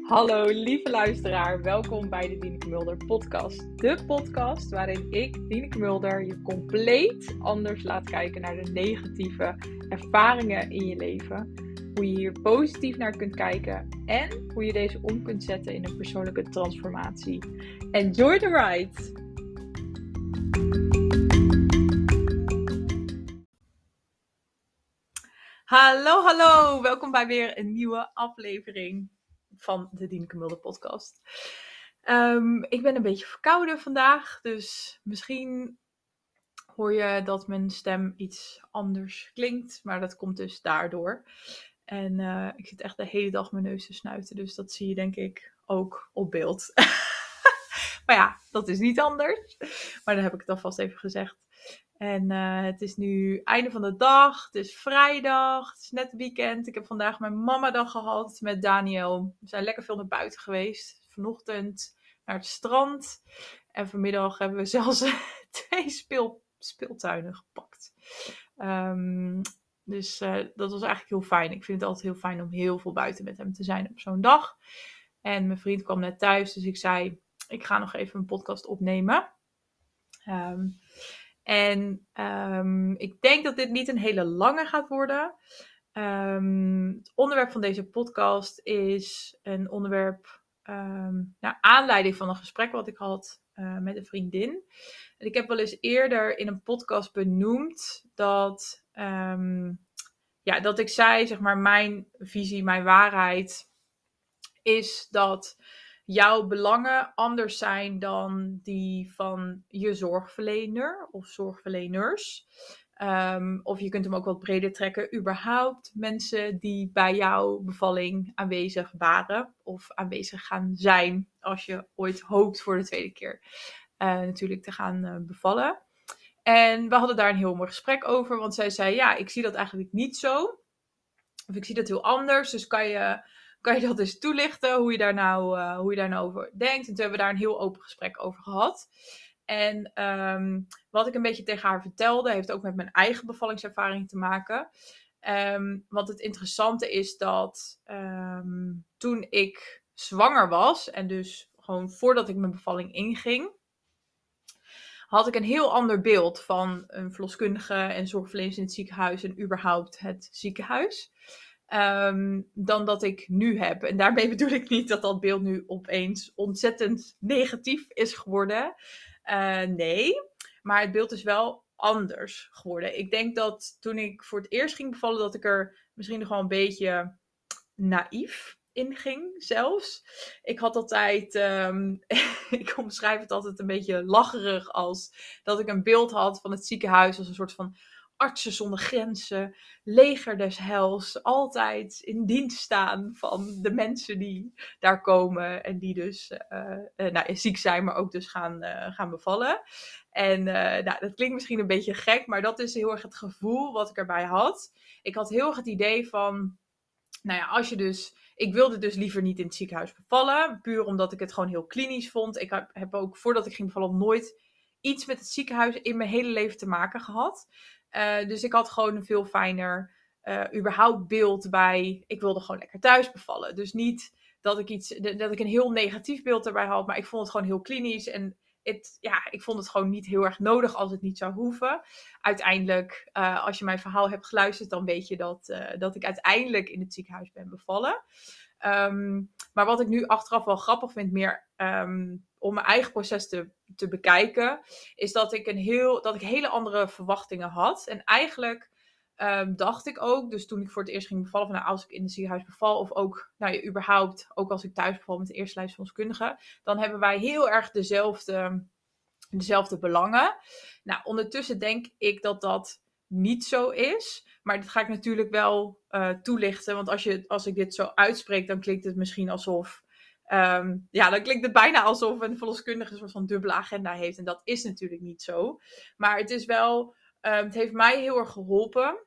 Hallo lieve luisteraar, welkom bij de Dieneke Mulder podcast. De podcast waarin ik, Dieneke Mulder, je compleet anders laat kijken naar de negatieve ervaringen in je leven. Hoe je hier positief naar kunt kijken en hoe je deze om kunt zetten in een persoonlijke transformatie. Enjoy the ride! Hallo, welkom bij weer een nieuwe aflevering van de Dieneke Mulder podcast. Ik ben een beetje verkouden vandaag, dus misschien hoor je dat mijn stem iets anders klinkt, maar dat komt dus daardoor. En ik zit echt de hele dag mijn neus te snuiten, dus dat zie je denk ik ook op beeld. Maar ja, dat is niet anders, maar dan heb ik het alvast even gezegd. En het is nu einde van de dag, het is vrijdag, het is net weekend. Ik heb vandaag mijn mamadag gehad met Daniel. We zijn lekker veel naar buiten geweest. Vanochtend naar het strand. En vanmiddag hebben we zelfs 2 speeltuinen gepakt. Dus dat was eigenlijk heel fijn. Ik vind het altijd heel fijn om heel veel buiten met hem te zijn op zo'n dag. En mijn vriend kwam net thuis, dus ik zei, ik ga nog even een podcast opnemen. Ik denk dat dit niet een hele lange gaat worden. Het onderwerp van deze podcast is een onderwerp naar aanleiding van een gesprek wat ik had met een vriendin. En ik heb wel eens eerder in een podcast benoemd dat ik zei, zeg maar, mijn visie, mijn waarheid is dat jouw belangen anders zijn dan die van je zorgverlener of zorgverleners. Of je kunt hem ook wat breder trekken. Überhaupt mensen die bij jouw bevalling aanwezig waren of aanwezig gaan zijn als je ooit hoopt voor de tweede keer natuurlijk te gaan bevallen. En we hadden daar een heel mooi gesprek over, want zij zei, ja, ik zie dat eigenlijk niet zo. Of ik zie dat heel anders, dus kan je dat eens toelichten, hoe je daar nou over denkt? En toen hebben we daar een heel open gesprek over gehad. En wat ik een beetje tegen haar vertelde, heeft ook met mijn eigen bevallingservaring te maken. Want het interessante is dat toen ik zwanger was, en dus gewoon voordat ik mijn bevalling inging, had ik een heel ander beeld van een verloskundige en zorgverleners in het ziekenhuis en überhaupt het ziekenhuis. Dan dat ik nu heb. En daarmee bedoel ik niet dat beeld nu opeens ontzettend negatief is geworden. Nee, maar het beeld is wel anders geworden. Ik denk dat toen ik voor het eerst ging bevallen, dat ik er misschien nog wel een beetje naïef in ging zelfs. Ik had altijd, ik omschrijf het altijd een beetje lacherig als dat ik een beeld had van het ziekenhuis als een soort van artsen zonder grenzen, leger des hels, altijd in dienst staan van de mensen die daar komen en die dus ziek zijn, maar ook dus gaan bevallen. En dat klinkt misschien een beetje gek, maar dat is heel erg het gevoel wat ik erbij had. Ik had heel erg het idee van, nou ja, ik wilde dus liever niet in het ziekenhuis bevallen, puur omdat ik het gewoon heel klinisch vond. Ik heb ook, voordat ik ging bevallen, nooit iets met het ziekenhuis in mijn hele leven te maken gehad. Dus ik had gewoon een veel fijner überhaupt beeld bij, ik wilde gewoon lekker thuis bevallen. Dus niet dat ik een heel negatief beeld erbij had, maar ik vond het gewoon heel klinisch en ik vond het gewoon niet heel erg nodig als het niet zou hoeven. Uiteindelijk, als je mijn verhaal hebt geluisterd, dan weet je dat ik uiteindelijk in het ziekenhuis ben bevallen. Maar wat ik nu achteraf wel grappig vind, meer om mijn eigen proces te bekijken, is dat ik hele andere verwachtingen had. En eigenlijk dacht ik ook, dus toen ik voor het eerst ging bevallen, van als ik in het ziekenhuis beval, of ook, überhaupt, ook als ik thuis beval met de eerste lijstverloskundige, dan hebben wij heel erg dezelfde belangen. Nou, ondertussen denk ik dat dat niet zo is. Maar dat ga ik natuurlijk wel toelichten. Want als ik dit zo uitspreek, dan klinkt het misschien alsof dan klinkt het bijna alsof een verloskundige een soort van dubbele agenda heeft. En dat is natuurlijk niet zo. Maar het is wel, het heeft mij heel erg geholpen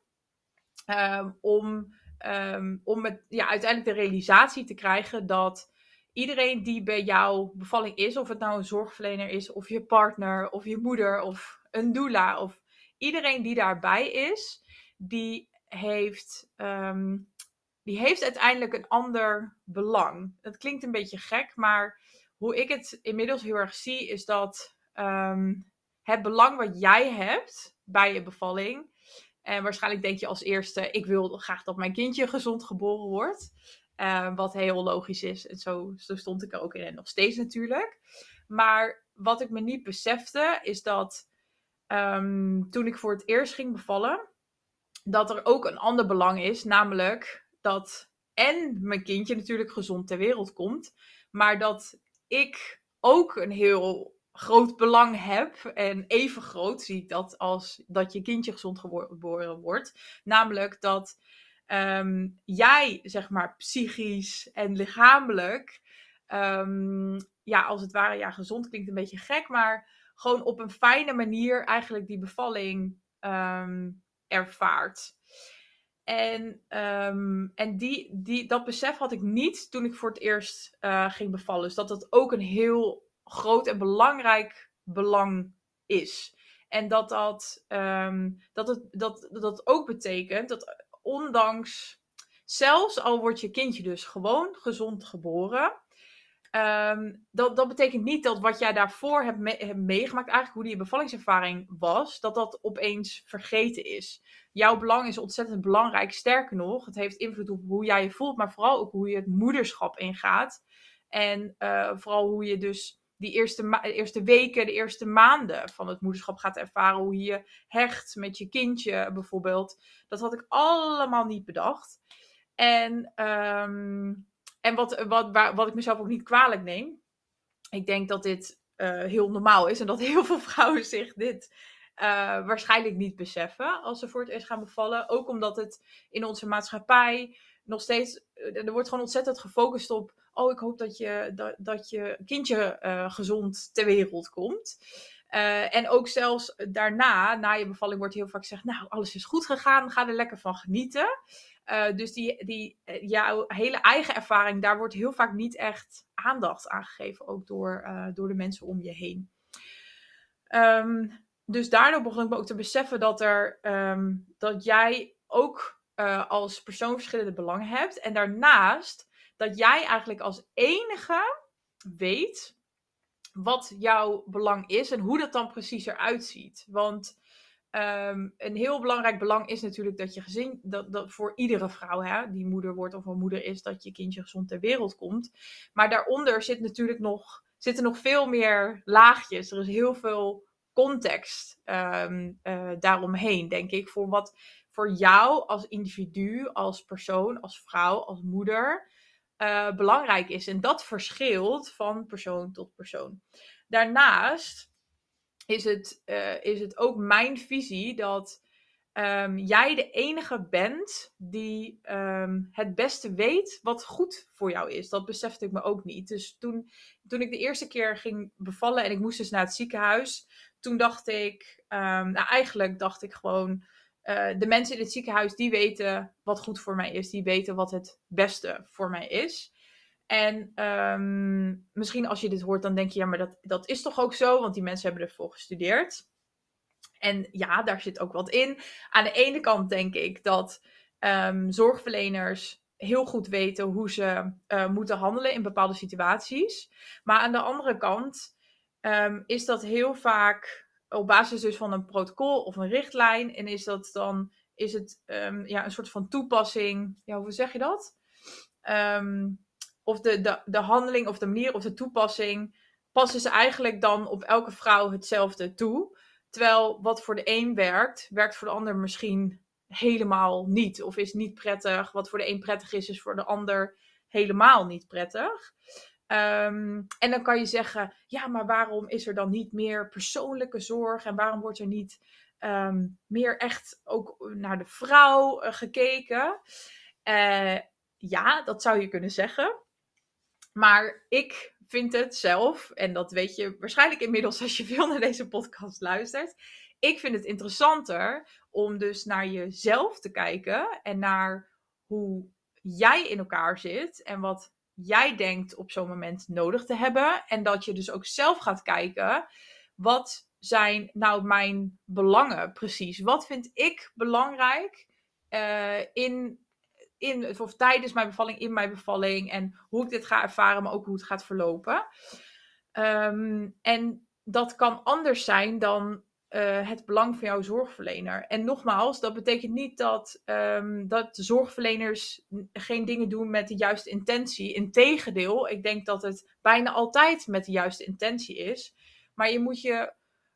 om uiteindelijk de realisatie te krijgen dat iedereen die bij jouw bevalling is, of het nou een zorgverlener is, of je partner, of je moeder, of een doula, of iedereen die daarbij is, die heeft die heeft uiteindelijk een ander belang. Dat klinkt een beetje gek, maar hoe ik het inmiddels heel erg zie, is dat het belang wat jij hebt bij je bevalling. En waarschijnlijk denk je als eerste, ik wil graag dat mijn kindje gezond geboren wordt. Wat heel logisch is. En zo stond ik er ook in. En nog steeds natuurlijk. Maar wat ik me niet besefte, is dat toen ik voor het eerst ging bevallen, dat er ook een ander belang is. Namelijk dat en mijn kindje natuurlijk gezond ter wereld komt. Maar dat ik ook een heel groot belang heb. En even groot zie ik dat als dat je kindje gezond geboren wordt. Namelijk dat jij, zeg maar, psychisch en lichamelijk, als het ware, gezond klinkt een beetje gek, maar gewoon op een fijne manier eigenlijk die bevalling ervaart. En dat besef had ik niet toen ik voor het eerst ging bevallen. Dus dat ook een heel groot en belangrijk belang is. En dat ook betekent dat ondanks, zelfs al wordt je kindje dus gewoon gezond geboren, dat betekent niet dat wat jij daarvoor hebt meegemaakt, eigenlijk hoe die bevallingservaring was, dat opeens vergeten is. Jouw belang is ontzettend belangrijk. Sterker nog, het heeft invloed op hoe jij je voelt, maar vooral ook hoe je het moederschap ingaat. En vooral hoe je dus die eerste weken, de eerste maanden van het moederschap gaat ervaren. Hoe je je hecht met je kindje bijvoorbeeld. Dat had ik allemaal niet bedacht. En wat ik mezelf ook niet kwalijk neem. Ik denk dat dit heel normaal is. En dat heel veel vrouwen zich dit waarschijnlijk niet beseffen als ze voor het eerst gaan bevallen. Ook omdat het in onze maatschappij nog steeds, er wordt gewoon ontzettend gefocust op, ik hoop dat je kindje gezond ter wereld komt. En ook zelfs daarna, na je bevalling, wordt heel vaak gezegd, nou, alles is goed gegaan, ga er lekker van genieten. Dus jouw hele eigen ervaring, daar wordt heel vaak niet echt aandacht aan gegeven, ook door de mensen om je heen. Dus daardoor begon ik me ook te beseffen dat jij ook als persoon verschillende belangen hebt. En daarnaast dat jij eigenlijk als enige weet wat jouw belang is en hoe dat dan precies eruit ziet. Want een heel belangrijk belang is natuurlijk dat je gezin, dat voor iedere vrouw die moeder wordt of een moeder is, dat je kindje gezond ter wereld komt. Maar daaronder zitten nog veel meer laagjes. Er is heel veel context daaromheen, denk ik, voor wat voor jou als individu, als persoon, als vrouw, als moeder belangrijk is. En dat verschilt van persoon tot persoon. Daarnaast is het ook mijn visie dat jij de enige bent die het beste weet wat goed voor jou is. Dat besefte ik me ook niet. Dus toen ik de eerste keer ging bevallen en ik moest dus naar het ziekenhuis, toen dacht ik, eigenlijk dacht ik gewoon, de mensen in het ziekenhuis die weten wat goed voor mij is. Die weten wat het beste voor mij is. En misschien als je dit hoort, dan denk je, ja, maar dat is toch ook zo? Want die mensen hebben ervoor gestudeerd. En ja, daar zit ook wat in. Aan de ene kant denk ik dat zorgverleners heel goed weten hoe ze moeten handelen in bepaalde situaties. Maar aan de andere kant is dat heel vaak op basis dus van een protocol of een richtlijn. En is het een soort van toepassing. Ja, hoe zeg je dat? Of de handeling of de manier of de toepassing passen ze eigenlijk dan op elke vrouw hetzelfde toe. Terwijl wat voor de een werkt voor de ander misschien helemaal niet. Of is niet prettig. Wat voor de een prettig is voor de ander helemaal niet prettig. En dan kan je zeggen, ja, maar waarom is er dan niet meer persoonlijke zorg? En waarom wordt er niet meer echt ook naar de vrouw gekeken? Ja, dat zou je kunnen zeggen. Maar ik vind het zelf, en dat weet je waarschijnlijk inmiddels als je veel naar deze podcast luistert. Ik vind het interessanter om dus naar jezelf te kijken en naar hoe jij in elkaar zit en wat jij denkt op zo'n moment nodig te hebben. En dat je dus ook zelf gaat kijken, wat zijn nou mijn belangen precies? Wat vind ik belangrijk of tijdens mijn bevalling, in mijn bevalling. En hoe ik dit ga ervaren, maar ook hoe het gaat verlopen. En dat kan anders zijn dan het belang van jouw zorgverlener. En nogmaals, dat betekent niet dat de zorgverleners geen dingen doen met de juiste intentie. Integendeel, ik denk dat het bijna altijd met de juiste intentie is. Maar je moet je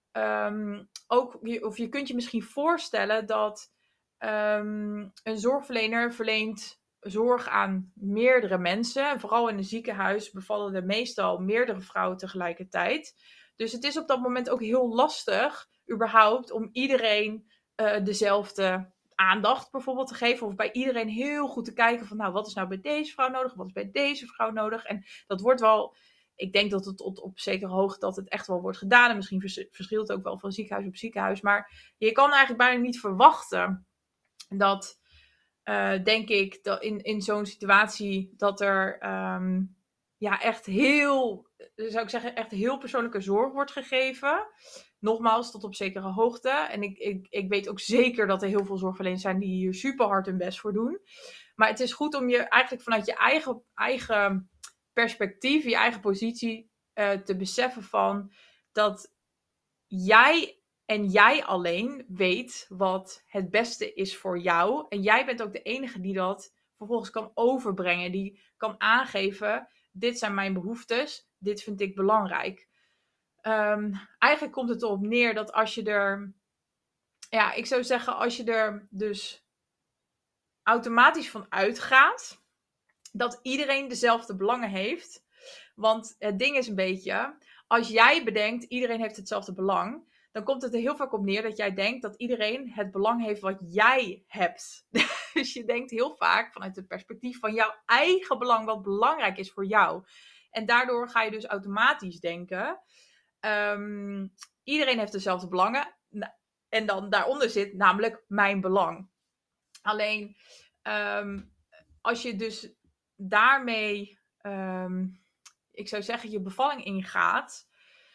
of je kunt je misschien voorstellen dat een zorgverlener verleent zorg aan meerdere mensen. En vooral in een ziekenhuis bevallen er meestal meerdere vrouwen tegelijkertijd. Dus het is op dat moment ook heel lastig, überhaupt, om iedereen dezelfde aandacht bijvoorbeeld te geven. Of bij iedereen heel goed te kijken van, nou, wat is nou bij deze vrouw nodig? Wat is bij deze vrouw nodig? En dat wordt wel, ik denk dat het op zekere hoogte dat het echt wel wordt gedaan. En misschien verschilt het ook wel van ziekenhuis op ziekenhuis. Maar je kan eigenlijk bijna niet verwachten dat, denk ik, dat in zo'n situatie dat er echt heel, zou ik zeggen, echt heel persoonlijke zorg wordt gegeven. Nogmaals, tot op zekere hoogte. En ik weet ook zeker dat er heel veel zorgverleners zijn die hier super hard hun best voor doen. Maar het is goed om je eigenlijk vanuit je eigen perspectief, je eigen positie te beseffen van dat jij en jij alleen weet wat het beste is voor jou. En jij bent ook de enige die dat vervolgens kan overbrengen. Die kan aangeven, dit zijn mijn behoeftes, dit vind ik belangrijk. Eigenlijk komt het erop neer dat als je er, ja, ik zou zeggen, als je er dus automatisch van uitgaat dat iedereen dezelfde belangen heeft. Want het ding is een beetje, als jij bedenkt, iedereen heeft hetzelfde belang, dan komt het er heel vaak op neer dat jij denkt dat iedereen het belang heeft wat jij hebt. Dus je denkt heel vaak vanuit het perspectief van jouw eigen belang, wat belangrijk is voor jou. En daardoor ga je dus automatisch denken, iedereen heeft dezelfde belangen. En dan daaronder zit namelijk mijn belang. Alleen, als je dus daarmee, ik zou zeggen, je bevalling ingaat,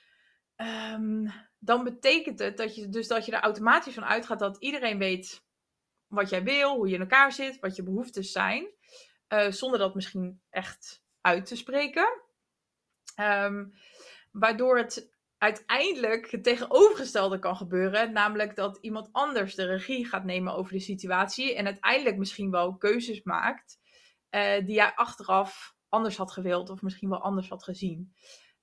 dan betekent het dat je er automatisch van uitgaat dat iedereen weet wat jij wil, hoe je in elkaar zit, wat je behoeftes zijn, zonder dat misschien echt uit te spreken. Waardoor het uiteindelijk het tegenovergestelde kan gebeuren, namelijk dat iemand anders de regie gaat nemen over de situatie en uiteindelijk misschien wel keuzes maakt die jij achteraf anders had gewild of misschien wel anders had gezien.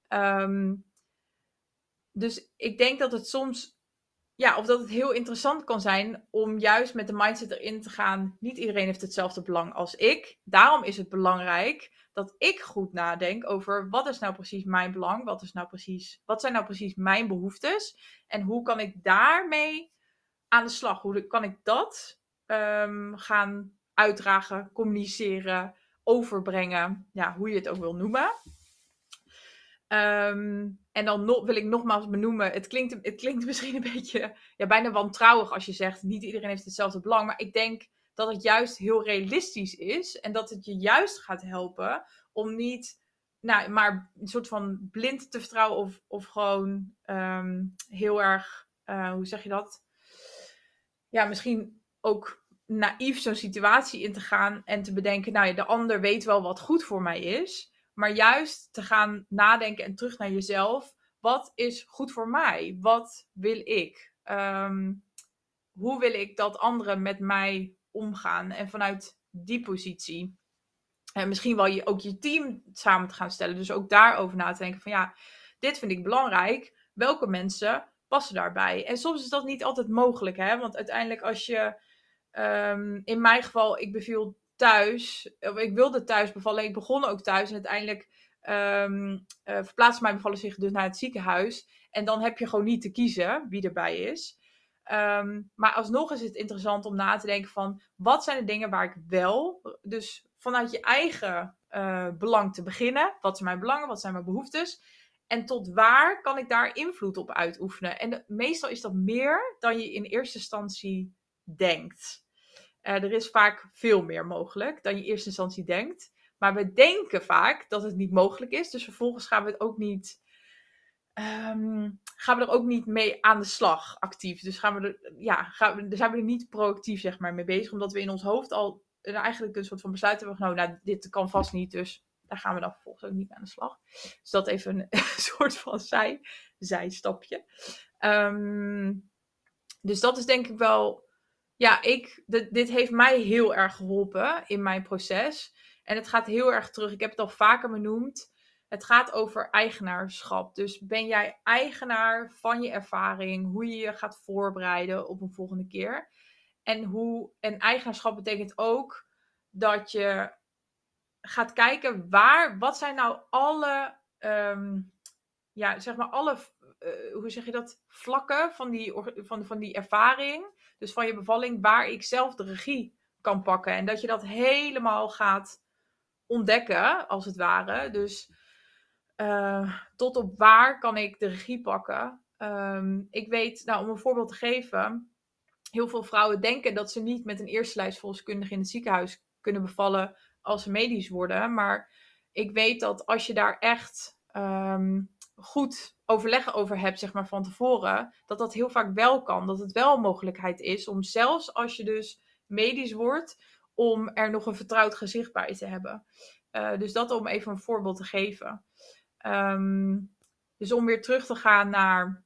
Dus ik denk dat het soms, of dat het heel interessant kan zijn om juist met de mindset erin te gaan. Niet iedereen heeft hetzelfde belang als ik. Daarom is het belangrijk dat ik goed nadenk over wat is nou precies mijn belang? Wat zijn nou precies mijn behoeftes? En hoe kan ik daarmee aan de slag? Hoe kan ik dat gaan uitdragen, communiceren, overbrengen? Ja, hoe je het ook wil noemen. En dan wil ik nogmaals benoemen, het klinkt misschien een beetje bijna wantrouwig als je zegt, niet iedereen heeft hetzelfde belang. Maar ik denk dat het juist heel realistisch is en dat het je juist gaat helpen om niet maar een soort van blind te vertrouwen of gewoon heel erg, hoe zeg je dat? Ja, misschien ook naïef zo'n situatie in te gaan en te bedenken, de ander weet wel wat goed voor mij is. Maar juist te gaan nadenken en terug naar jezelf. Wat is goed voor mij? Wat wil ik? Hoe wil ik dat anderen met mij omgaan? En vanuit die positie. En misschien wel ook je team samen te gaan stellen. Dus ook daarover na te denken van dit vind ik belangrijk. Welke mensen passen daarbij? En soms is dat niet altijd mogelijk. Hè? Want uiteindelijk als je, in mijn geval, ik beviel thuis, of ik wilde thuis bevallen, ik begon ook thuis en uiteindelijk verplaatste mijn bevalling zich dus naar het ziekenhuis en dan heb je gewoon niet te kiezen wie erbij is. Maar alsnog is het interessant om na te denken van wat zijn de dingen waar ik wel, dus vanuit je eigen belang te beginnen, wat zijn mijn belangen, wat zijn mijn behoeftes en tot waar kan ik daar invloed op uitoefenen. En meestal is dat meer dan je in eerste instantie denkt. Er is vaak veel meer mogelijk dan je in eerste instantie denkt. Maar we denken vaak dat het niet mogelijk is. Dus vervolgens gaan we er ook niet mee aan de slag actief. Dus zijn we er niet proactief zeg maar, mee bezig. Omdat we in ons hoofd al eigenlijk een soort van besluit hebben genomen. Nou, dit kan vast niet, dus daar gaan we dan vervolgens ook niet mee aan de slag. Dus dat even een soort van zijstapje. Dus dat is denk ik wel... Ja, dit heeft mij heel erg geholpen in mijn proces. En het gaat heel erg terug. Ik heb het al vaker benoemd. Het gaat over eigenaarschap. Dus ben jij eigenaar van je ervaring? Hoe je je gaat voorbereiden op een volgende keer? En eigenaarschap betekent ook dat je gaat kijken wat zijn nou alle, zeg maar alle, hoe zeg je dat, vlakken van die ervaring, dus van je bevalling, waar ik zelf de regie kan pakken. En dat je dat helemaal gaat ontdekken, als het ware. Dus tot op waar kan ik de regie pakken? Ik weet, nou, om een voorbeeld te geven, heel veel vrouwen denken dat ze niet met een eerste lijstverloskundige in het ziekenhuis kunnen bevallen als ze medisch worden. Maar ik weet dat als je daar echt goed overleg over hebt, zeg maar van tevoren, dat dat heel vaak wel kan. Dat het wel een mogelijkheid is om, zelfs als je dus medisch wordt, om er nog een vertrouwd gezicht bij te hebben. Dus dat om even een voorbeeld te geven. Dus om weer terug te gaan naar...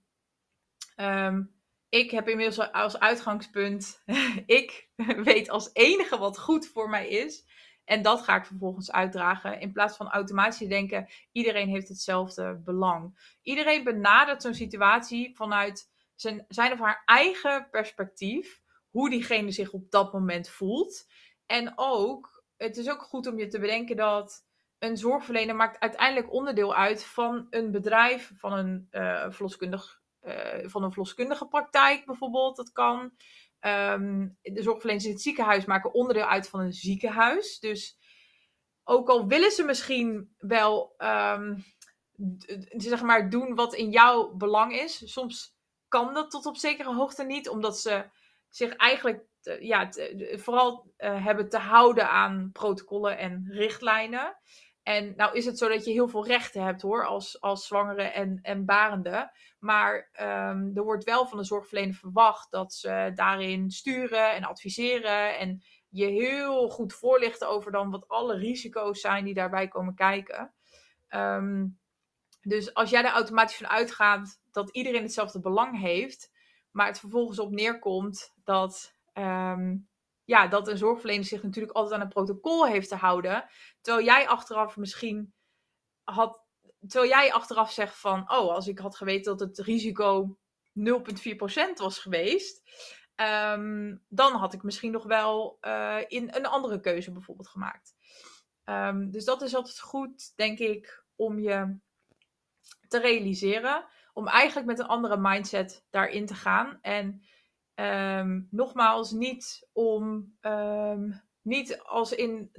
ik heb inmiddels als uitgangspunt, ik weet als enige wat goed voor mij is. En dat ga ik vervolgens uitdragen. In plaats van automatisch te denken, iedereen heeft hetzelfde belang. Iedereen benadert zo'n situatie vanuit zijn of haar eigen perspectief. Hoe diegene zich op dat moment voelt. En ook, het is ook goed om je te bedenken dat een zorgverlener maakt uiteindelijk onderdeel uit van een bedrijf, van een van een verloskundige praktijk bijvoorbeeld. Dat kan. De zorgverleners in het ziekenhuis maken onderdeel uit van een ziekenhuis. Dus ook al willen ze misschien wel zeg maar doen wat in jouw belang is, soms kan dat tot op zekere hoogte niet, omdat ze zich eigenlijk vooral hebben te houden aan protocollen en richtlijnen. En nou is het zo dat je heel veel rechten hebt hoor, als zwangere en barende. Maar er wordt wel van de zorgverlener verwacht dat ze daarin sturen en adviseren. En je heel goed voorlichten over dan wat alle risico's zijn die daarbij komen kijken. Dus als jij er automatisch van uitgaat dat iedereen hetzelfde belang heeft, maar het vervolgens op neerkomt dat dat een zorgverlener zich natuurlijk altijd aan een protocol heeft te houden, terwijl jij achteraf zegt van, als ik had geweten dat het risico 0,4% was geweest, dan had ik misschien nog wel in een andere keuze bijvoorbeeld gemaakt. Dus dat is altijd goed, denk ik, om je te realiseren. Om eigenlijk met een andere mindset daarin te gaan. En nogmaals, niet als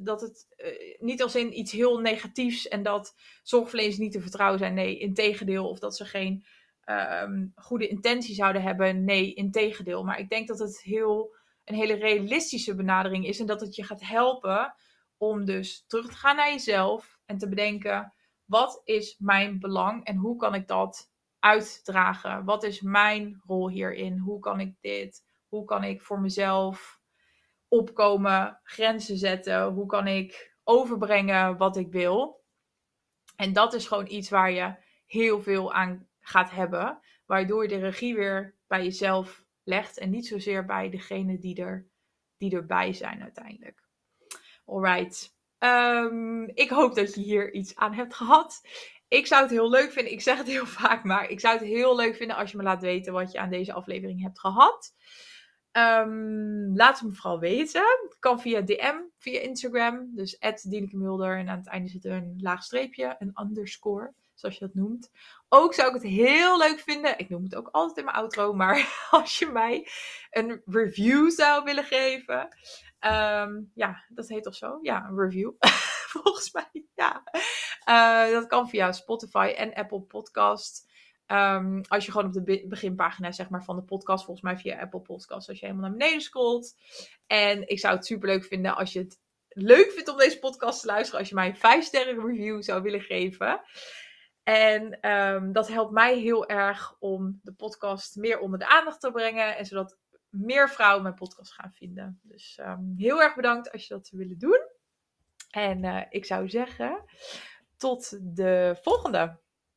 in iets heel negatiefs en dat zorgverleners niet te vertrouwen zijn. Nee, integendeel. Of dat ze geen goede intentie zouden hebben. Nee, integendeel. Maar ik denk dat het een hele realistische benadering is. En dat het je gaat helpen om dus terug te gaan naar jezelf. En te bedenken, wat is mijn belang? En hoe kan ik dat uitdragen? Wat is mijn rol hierin? Hoe kan ik dit? Hoe kan ik voor mezelf opkomen, grenzen zetten? Hoe kan ik overbrengen wat ik wil? En dat is gewoon iets waar je heel veel aan gaat hebben. Waardoor je de regie weer bij jezelf legt. En niet zozeer bij degene die erbij zijn uiteindelijk. Alright. Ik hoop dat je hier iets aan hebt gehad. Ik zou het heel leuk vinden. Ik zeg het heel vaak, maar ik zou het heel leuk vinden als je me laat weten wat je aan deze aflevering hebt gehad. Laat het me vooral weten. Het kan via DM, via Instagram. Dus @DienikeMulder. En aan het einde zit er een laag streepje, een underscore, zoals je dat noemt. Ook zou ik het heel leuk vinden. Ik noem het ook altijd in mijn outro. Maar als je mij een review zou willen geven. Dat heet toch zo? Ja, een review. Volgens mij, ja. Dat kan via Spotify en Apple Podcast. Als je gewoon op de beginpagina zeg maar, van de podcast, volgens mij via Apple Podcast, als je helemaal naar beneden scrolt. En ik zou het super leuk vinden als je het leuk vindt om deze podcast te luisteren, als je mij een 5-sterren review zou willen geven. En dat helpt mij heel erg om de podcast meer onder de aandacht te brengen. En zodat meer vrouwen mijn podcast gaan vinden. Dus heel erg bedankt als je dat zou willen doen. En ik zou zeggen, tot de volgende.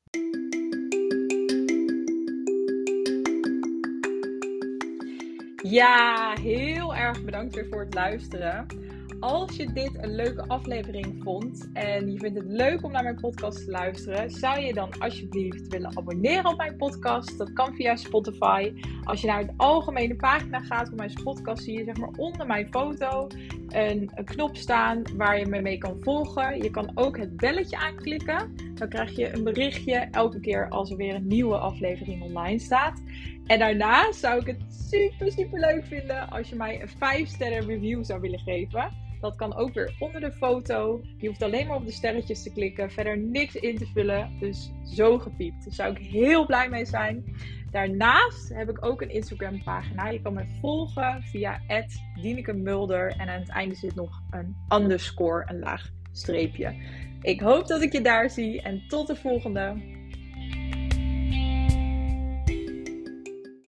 Ja, heel erg bedankt weer voor het luisteren. Als je dit een leuke aflevering vond en je vindt het leuk om naar mijn podcast te luisteren, zou je dan alsjeblieft willen abonneren op mijn podcast. Dat kan via Spotify. Als je naar de algemene pagina gaat van mijn podcast, zie je zeg maar onder mijn foto een knop staan waar je me mee kan volgen. Je kan ook het belletje aanklikken. Dan krijg je een berichtje elke keer als er weer een nieuwe aflevering online staat. En daarnaast zou ik het super leuk vinden als je mij een 5-sterren review zou willen geven. Dat kan ook weer onder de foto. Je hoeft alleen maar op de sterretjes te klikken. Verder niks in te vullen. Dus zo gepiept. Daar zou ik heel blij mee zijn. Daarnaast heb ik ook een Instagram pagina. Je kan me volgen via @DienikeMulder. En aan het einde zit nog een underscore, een laag streepje. Ik hoop dat ik je daar zie. En tot de volgende.